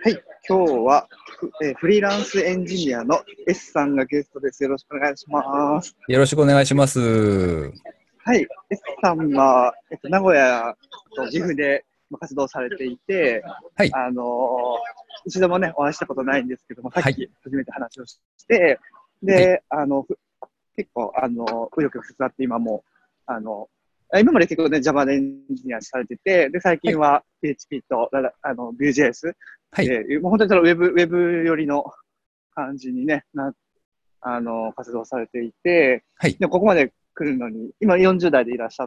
はい、今日はフリーランスエンジニアの S さんがゲストです。よろしくお願いします。 よろしくお願いします。 はい、S さんは、名古屋と岐阜で活動されていて、 はい。 一度もね、お会いしたことないんですけども、さっはい。 き初めて話をして、 はい。 で、結構、紆余曲折あって、今まで結構ね、Java でエンジニアされてて、で、最はい。 近は PHP と、Vue.js はい。 で、もう本当にそのウェブ寄りの感じにね、活動されていて、 はい。 でもここまで来るのに、今40代でいらっしゃって、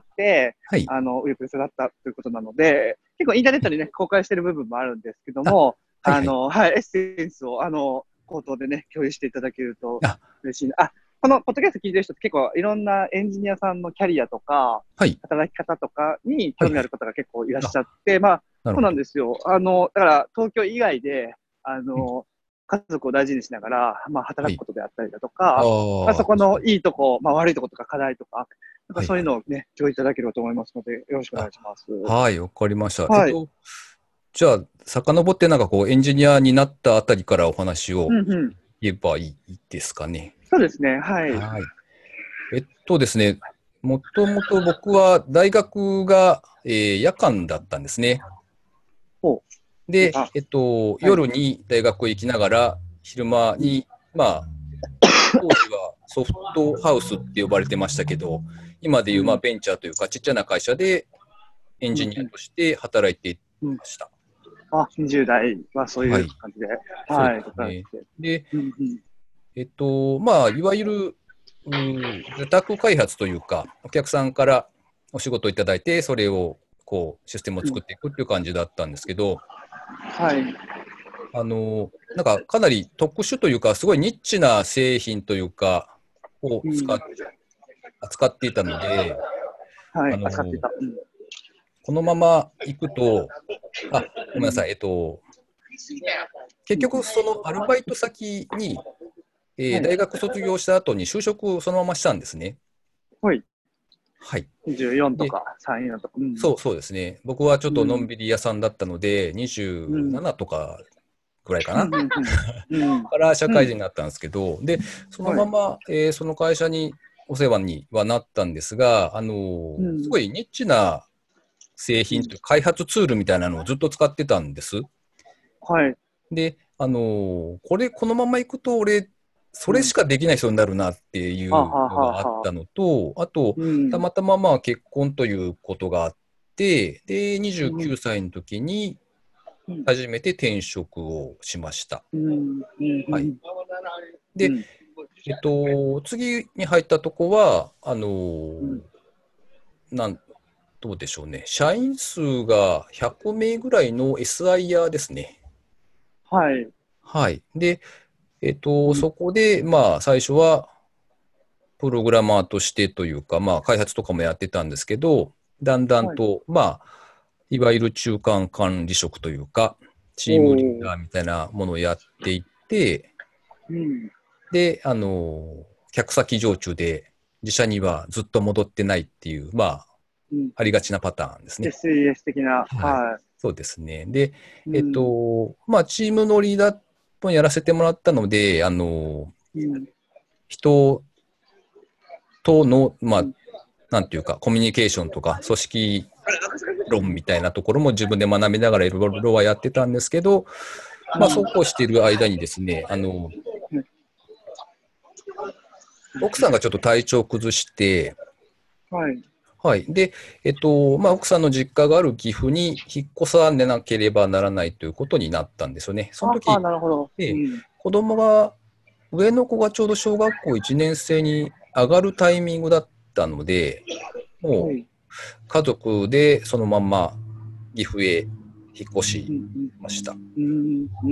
はい。 右翼育ったということなので、結構インターネットにね、公開している部分もあるんですけどあ、 も、 はいはい。 はい、エッセンスを、口頭でね、共有していただけるとあ、 嬉しいな。このポッドキャスト聞いてる人って結構いろんなエンジニアさんのキャリアとか、 はい。 働き方とかにはいはい。 興味ある方が結構いらっしあ、 ゃって、まあ、そうなるほど。 なんですよ。だから東京以外で、あうん。 の、家族を大事にしながら、まあ、 はい。 働くことであったりだとあか、まあ、 あ、 そこの確かに。 いいとこ、まあ、悪いとことか課題とか、なんかそういうはいはい。 のをね、共有いただければと思いますので、よろしくお願あ、 いします。 はい、わかりました。 はい。 じゃあ、遡ってなんかこう、エンジニアになったあたりからお話をうんうん。 言えばいいですかね。 そうですね。はい。 はい。ですね、もともと僕は大学が、夜間だったんですね。 ほう。 で、 はい。 夜に大学へ行きながら、昼間うん。 に、まあ、当時はソフトハウスって呼ばれてましたけど、今でいうまあうん。 ベンチャーというか、ちっちゃな会社でエンうん。 ジニアとして働いていうん。 ました。 20代はそういうはい。 感じで、 そうはい、 ですね。 働いてて。 で、 うんうん。 まあ、いわゆる、受託開発というか、お客さんからお仕事をいただいて、それを、こう、システムをうん。 作っていくっていう感じだったんですけど、 はい。 なんかかなり特殊というか、すごいニッチな製品というか、をうん。 扱っていたので、 はい。 あの、 扱ってた。うん。 このまま行くと、ごめんなうん。 さい、結うん。 局そのアルバイト先に、 はい。 大学卒業した後に就職をそのまましたんですね。 はい。 はい。 24とで、 か34とか。うん。 そうですね。僕はちょっうん。 とのんびり屋さんだったので、 うん。 27とかぐらいかな。 うん。うん。うん。 から社うん。 会人になったんですけど、で、そのはい。 まま、その会社にお世話にはなったんですが、すうん。 ごいニッチな製うん。 品という開発ツールみたいなのをずっと使ってたんです。 はい。 で、このまま行くと俺、それしうん。 かできない人になるなっていはあ、はあうのがあっはあはあ。 たのと、あと、 うん。 たまたままあ結婚ということがあって、で、29 うん。 歳の時にうん。 初めて転職をしました。 うん。うん。うはい。 ん。うで、 ん。 次に入ったとこは、 うん。 なん、どうでしょうね。社員数が100名ぐらいの SIR ですね。 はい。 はい。で、 うん。 そこで、まあ、最初は、プログラマーとしてというか、まあ、開発とかもやってたんですけど、だんだんはい。 と、まあ、いわゆる中間管理職というか、チームリーおー。 ダーみたいなものをやっていって、 うん。 で、客先常駐で自社にはずっと戻ってないっていう、まあ、 うん。 ありがちなパターンですね。 SES 的な、 はい。 はそうですね。で、 い。うん。 まあ、チームのリーダーもやらせてもらったので、 うん。 人との、まあ、 うん。 なんていうか、コミュニケーションとか、組織論みたいなところも自分で学びながらいろいろはやってたんですけど、まあ、そうこうしている間にですね、奥さんがちょっと体調を崩して、 はい。 はい。で、まあ、奥さんの実家がある岐阜に引っ越さねなければならないということになったんですよね。そのああ、 時、 なるほど。うで、 ん。 子供が、上の子がちょうど小学校1年生に上がるタイミングだったので、もうはい。 家族でそのまんま岐阜へ引っ越しうん。 ました。 うん。うん。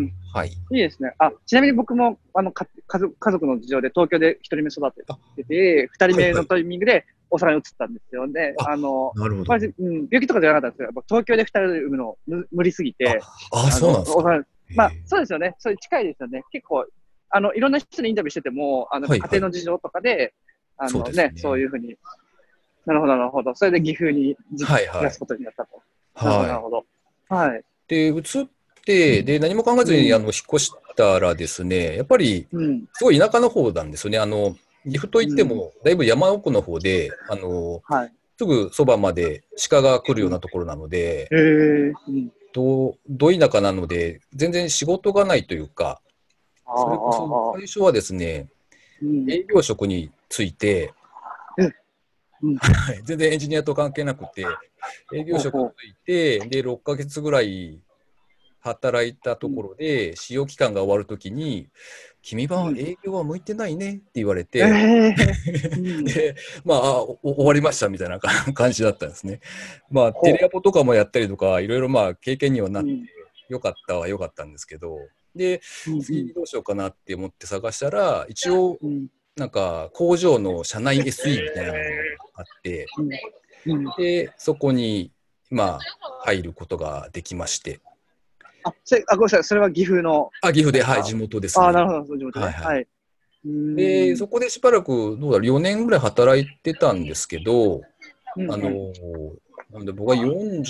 はい。 いいですね。ちなみに僕も、家族の事情で東京で一人目育てあ、 てて、二人はいはい。 目のタイミングで大阪に移ったんですよね。 あ、なるほど。 まず、うん、病気とかじゃなかったんですけど、東京で二人で産むの無理すぎあ、 て、 そうなんですか。 大阪、まあ、 へえ。 そうですよね。それ近いですよね。結構、いろんな人にインタビューしてても、 はいはい。 家庭の事情とかで、 そうですそういね。 うふうに、なるほど、なるほど。それで岐阜に暮はいはい。 らすことになったと。なるほど、なはい。 るほど。はい。 で、移っ 、で、何も考えずに引っ越したらですね、やっぱり、すごい田舎の方なんですよね。岐阜といっても、だいぶ山奥の方で、 はい。 すぐそばまで鹿が来るようなところなので、ど田舎なので、全然仕事がないというか、それこそ最初はですね、営業職について、全然エンジニアと関係なくて、営業職について、で、6ヶ月ぐらい働いたところで、使用期間が終わるときに、君は営業は向いてないねって言われて、で、まあ、終わりましたみたいな感じだったんですね。まあ、テレアポとかもやったりとか、いろいろまあ、経験にはなって、よかったはよかったんですけど、で、次どうしようかなって思って探したら、一応、なんか工場の社内 SE みたいなのがあって、で、そこに、まあ、入ることができまして。 ごめんなさい、それは岐阜の。 岐阜で、はい、地元ですね。 なるほど、地元で。はい。 で、そこでしばらく、どうだろう、4年ぐらい働いてたんですけど、なんで僕は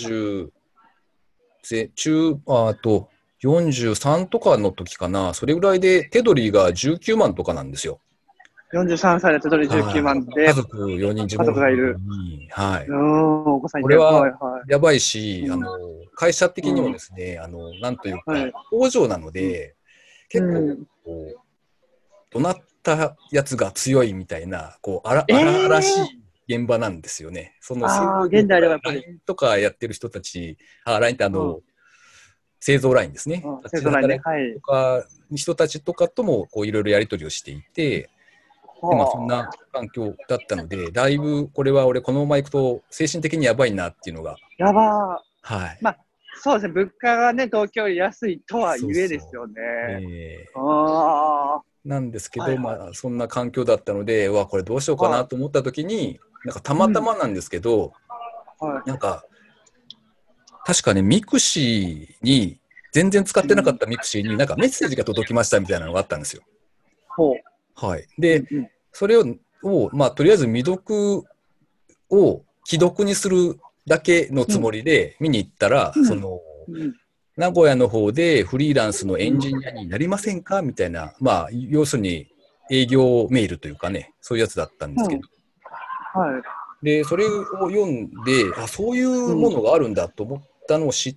40、43とかの時かな、それぐらいで手取りが19万とかなんですよ。 43歳で手取り19万で。 家族4人、自分がいる。 はい。 お子さんいて。 これはやばいし、会社的にもですね、なんというか、工場なので、結構、怒鳴ったやつが強いみたいな、荒々しい現場なんですよね。 現代ではやっぱり。 LINE とかやってる人たち、LINE って製造ラインですね。 製造ラインね。はい。 とか、人たちとかとも、いろいろやり取りをしていて、でそんな環境だったので、だいぶこれは俺このまま行くと精神的にやばいなっていうのが。 やばー。はい。 まあ、そうですね。物価がね、東京より安いとはゆえですよね。 なんですけど、まあ、そんな環境だったので、これどうしようかなと思った時に、なんかたまたまなんですけど、なんか、確かね、ミクシーに、全然使ってなかったミクシーになんかメッセージが届きましたみたいなのがあったんですよ。はい。で、それを、まあ、とりあえず未読を既読にするだけのつもりで見に行ったら、名古屋の方でフリーランスのエンジニアになりませんかみたいな、まあ、要するに営業メールというかね、そういうやつだったんですけど。で、それを読んで、そういうものがあるんだと思ったのを知って、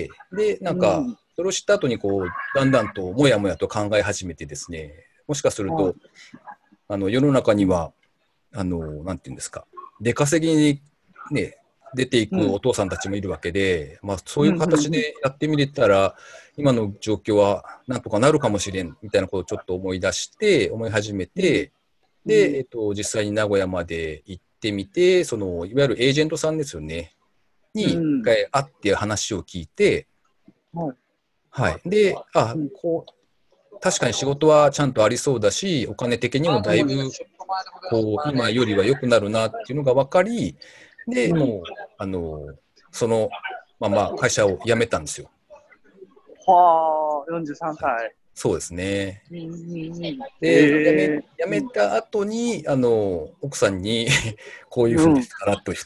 で、なんか、それを知った後にだんだんともやもやと考え始めてですね、もしかすると、世の中には、なんていうんですか、出稼ぎにね、出ていくお父さんたちもいるわけで、まあ、そういう形でやってみれたら、今の状況はなんとかなるかもしれんみたいなことをちょっと思い始めて、で、実際に名古屋まで行ってみて、いわゆるエージェントさんですよね、に一回会って話を聞いて、はい。で、確かに仕事はちゃんとありそうだし、お金的にもだいぶ、今よりは良くなるなっていうのが分かり、で、もう、そのまま会社を辞めたんですよ。 43歳。 そうですね。で、辞めた後に、奥さんに、こういうふうですからと言って、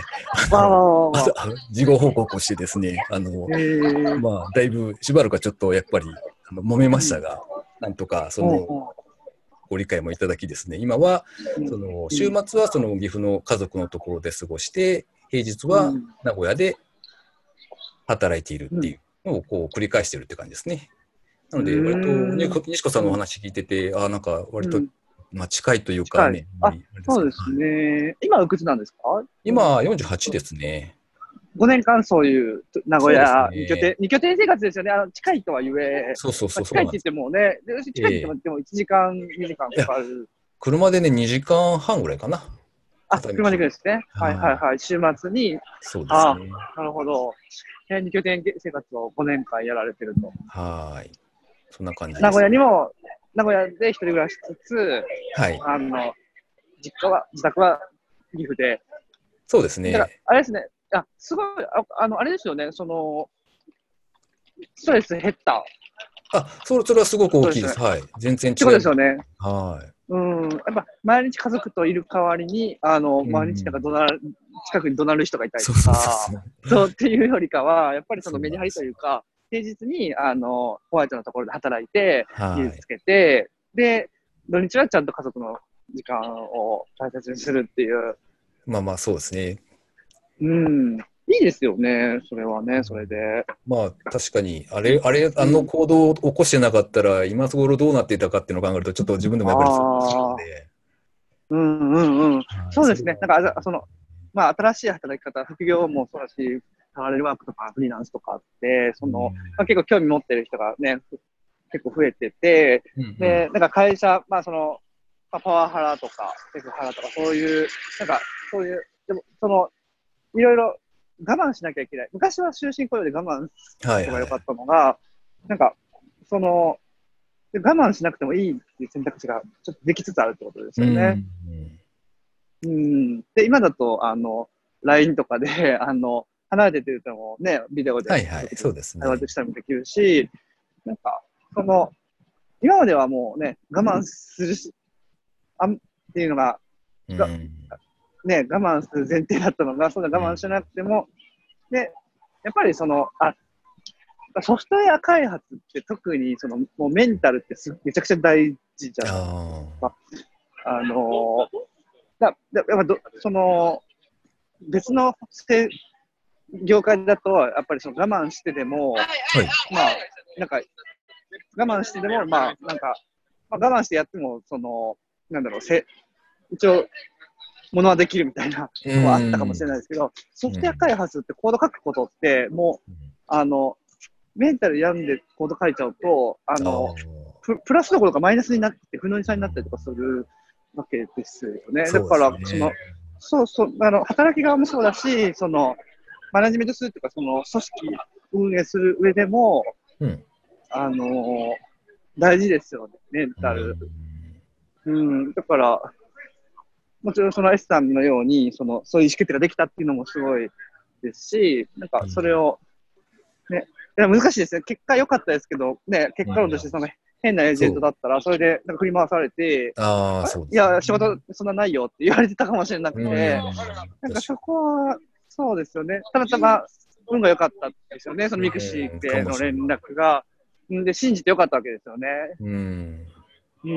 事後報告をしてですね、まあ、だいぶしばらくはちょっとやっぱり揉めましたが、なんとかご理解もいただきですね、今は週末は岐阜の家族のところで過ごして、平日は名古屋で働いているっていうのを繰り返しているって感じですね。なので、割と、西子さんのお話聞いてて、なんか割と、まあ、近いというかね。 そうですね。今、いくつなんですか？ 今、48ですね。 5年間そういう名古屋2拠点生活ですよね。近いとはゆえ。 そう。 近いって言ってもね、近いって言っても1時間、2時間かかる。 車でね、2時間半ぐらいかな。 車で行くんですね。週末に。 そうですね。 なるほど。2拠点生活を5年間やられてると。 はい。そんな感じです。 名古屋で一人暮らししつつ、自宅は岐阜で。 そうですね。 あれですね。すごい、あれですよね。ストレス減った。 それはすごく大きいです。はい。全然違う。 そうですよね。 はい。 やっぱ毎日家族といる代わりに、毎日なんか近くに怒鳴る人がいたりとか、そうっていうよりかは、やっぱりメリハリというか、 平日に、ホワイトのところで働いて、 はい。 技術つけて、で、土日はちゃんと家族の時間を大切にするっていう。 まあまあ、そうですね。 うん。いいですよね。それはね、それで。 まあ、確かに、あのうん。 行動を起こしてなかったら、今頃どうなっていたかっていうのを考えると、ちょっと自分でもやっぱり想像するのああ、 で、 うんうんうん。 はい、 そうですね。 それは、 なんか、まあ、新しい働き方、副業もそうだし、パラレルワークとかフリーランスとかあって、 うん、 まあ、結構興味持ってる人がね、結構増えてて、 うん、うん。 で、なんか会社、まあまあ、パワハラとか、セクハラとか、そういう、なんか、そういう、でも、いろいろ我慢しなきゃいけない。昔は終身雇用で我慢するこはいはい。 とが良かったのが、なんか、その、我慢しなくてもいいっていう選択肢がちょっとできつつあるってことですうよね。 ん。 うん。で、今だと、LINE とかで、離れててもね、ビデオではいはい、 家族でそうですね。 会話したりもできるし、なんか、その、今まではもうね、我慢するし、っていうのが、がうん。 ね、我慢する前提だったのが、そんなうん。 我慢しなくても、で、やっぱりソフトウェア開発って特にもうメンタルってめちゃくちゃ大事じゃあないですあ。 か。あのやっぱ別の業界だと、やっぱり我慢してでも、 はい。 まあ、なんか我慢してでも、まあ、なんか、まあ、我慢してやっても、なんだろう、一応、ものはできるみたいなうのはあったかもしん。 れないですけど、ソフトウェアうん。 開発ってコード書くことって、もう、あの、メンタル病んでコード書いちゃうと、 ああ。 プラスどころかマイナスになって、不能うん。 になったりとかするわけですよね。だそうでから、 すね。 そうそう、働き側もそうだし、マネジメントするというか、組織運営する上でも、 うん。 あの大事ですよね、メンうタル。 ん。 うん、だから、もちろんその S さんのように、そういう意思決定ができたっていうのもすごいですし、なんかそれを、ね、いや難しいですね。結果良かったですけど、ね、結うん。 果論として変なエージェントそう。 だったら、それでなんか振り回されて、 ああ、そうですね。 いや、仕事そんなないよって言われてたかもしれなくうて、 ん。 なんかそ確かこは、そうですよね。たまたま運が良かったんですよね。そのに。 ミクシうん。 ーかでの連もしれない。 絡が。で、信じて良かったわけですよね。 うん。 うん。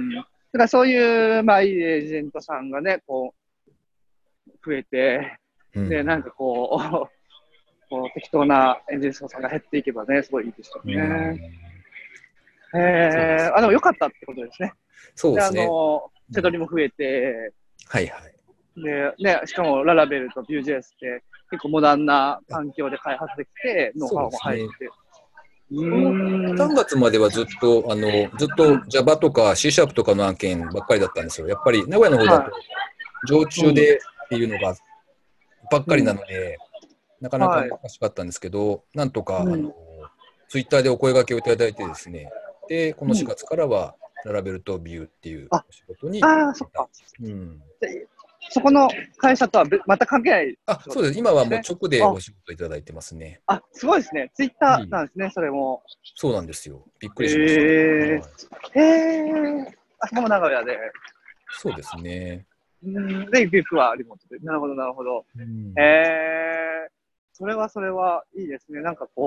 だからそういう、まあ、いいエージェントさんがね、増えて、で、 うん。 なんか適当なエージェントさんが減っていけばね、すごいいいですようね。 ん。そうですでも良ね。 かったってことですね。で、 そうですね。 手取りも増えて、 はいはい。 で、ね、しかもララベルと Vue.js って結構モダンなあ、 環境で開発できて、ノウそうハウですね。 も入って。 この3月まではずっと Java とか C シャープとかの案件ばっかりだったんですよ。やっぱり名古屋の方だはと常い。うん。 駐でっていうのがばっかりなうん。 ので、なかなかはい。 難しかったんですけど、なんとか、 うん。 ツイッターでお声掛けをいただいてですね、で、この4 うん。 月からは、ララベルとビューっていうあ、 お仕事にそ出た。 っか。 うん。 でそこの会社とはまた関係ないあ、 仕事そうです。今はもうですね。 直であ、 お仕事いただいてますね。 すごいですね。ツイッいい。 ターなんですね、それも。 そうなんですよ。びっくりしました。 えはい。 へそこも長屋で。 そうですね。 で、ゆくゆくはリモートで。なるほど、なるほど。 うへん。 えそれはいいですね。なんか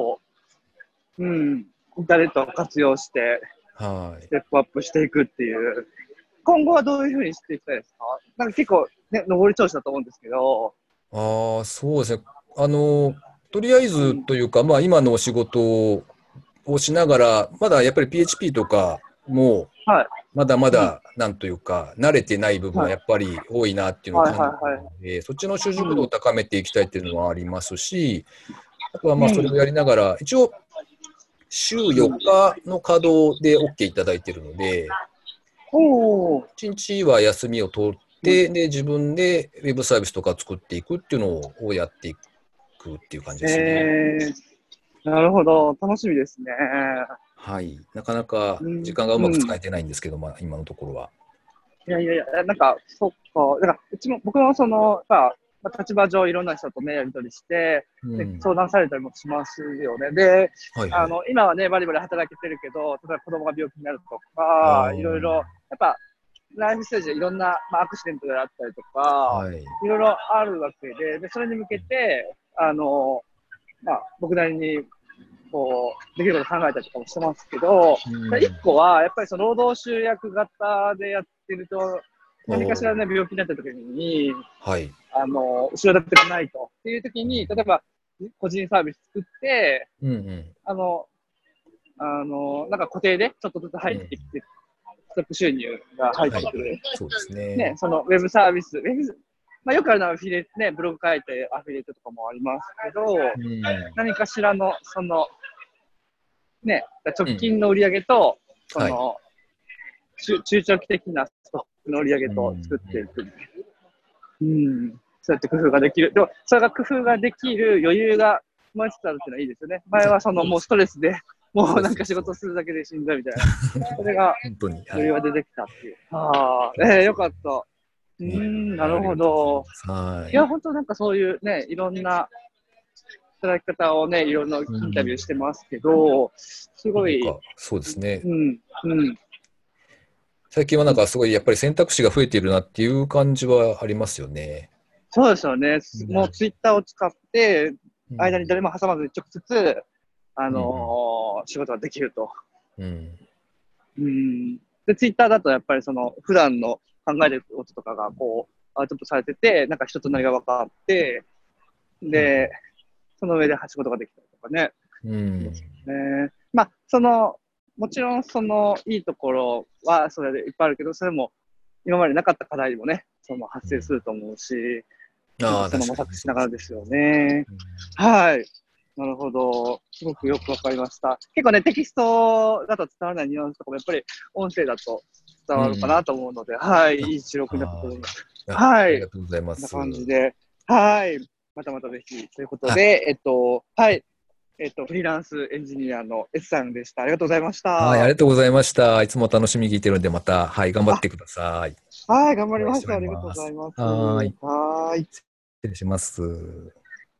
インターネットを活用して、 はい。 ステップアップしていくっていう。今後はどういうふうにしていきたいですか？なんか結構ね、上り調子だと思うんですけど。 ああ、そうですね。あの、とりあえうん。 ずというか、まあ今のお仕事をしながら、まだやっぱり PHP とかも、 はい。 まだまうん。 だ、なんというか、慣れてない部分はい。 はやっぱり多いなっていうのをはい感じていはいはい。 るので、そっちの習熟度をうん。 高めていきたいっていうのはありますし、あとはまあそれをうん。 やりながら、一応、週4 うん。 日の稼働で OK いただいているので、 おー。 1日は休みを取っうん。 て、で、自分でウェブサービスとか作っていくっていうのをやっていくっていう感じですね。 なるほど。楽しみですね。 はい。なかなかうん。 時間がうまく使うん。 えてないんですけど、まあ今のところは。 いやいやいや、なんか、そっか。だから、僕も立場上いろんな人とね、やり取りして、で、 うん。 相談されたりもしますよね。で、 はいはい。 今はね、バリバリ働けてるけど、例えば子供が病気になるとあか、いろいろ、 あ。 やっぱ、ライフステージでいろんな、まあ、アクシデントであったりとか、 はい。 いろいろあるわけで、それに向けて、まあ、僕なりにこう、できること考えたりとかもしてますけど、一個は、やっぱりその労働集約型でやってると、何かしらね、病気になった時に、 はい。 後ろ盾がないと。っていう時に、例えば、個人サービス作って、なんか固定でちょっとずつ入ってきて、ストック収入が入ってくる。 そうですね。 ね、そのウェブサービス、まあ、よくあるのはアフィリエイトね、ブログ書いてアフィリエイトとかもありますけど、何かしらの、その、ね、直近の売り上げと、その、中長期的なストックの売り上げと作っていく。そうやって工夫ができる。でも、それが工夫ができる余裕が生まれつつあるっていうのはいいですよね。前はその、もうストレスで、もうなんか仕事するだけでしんどいみたいな。それが、余裕が出てきたっていう。よかった。なるほど。いや、本当なんかそういうね、いろんな働き方をね、いろんなインタビューしてますけど、すごい。 そうですね。最近はなんかすごいやっぱり選択肢が増えているなっていう感じはありますよね。 そうですよね。もうツイッターを使って、間に誰も挟まずに直接、仕事ができると。で、ツイッターだとやっぱりその、普段の考えることとかがこう、アウトプットされてて、なんか人となりが分かって、で、その上で仕事ができたりとかね。まあ、もちろんそのいいところはそれでいっぱいあるけど、それも今までなかった課題もね、発生すると思うし、その模索しながらですよね。はい。なるほど。すごくよくわかりました。結構ね、テキストだと伝わらないニュアンスとかもやっぱり音声だと伝わるかなと思うので、はい。いい収録になったと思います。はい。 ありがとうございます。 こんな感じで。はい。またまたぜひ。ということで、はい。フリーランスエンジニアの S さんでした。ありがとうございました。 はい、ありがとうございました。いつも楽しみに聞いてるんで、また、はい、頑張ってください。 はい、頑張ります。ありがとうございます。 はい。 はい。 失礼します。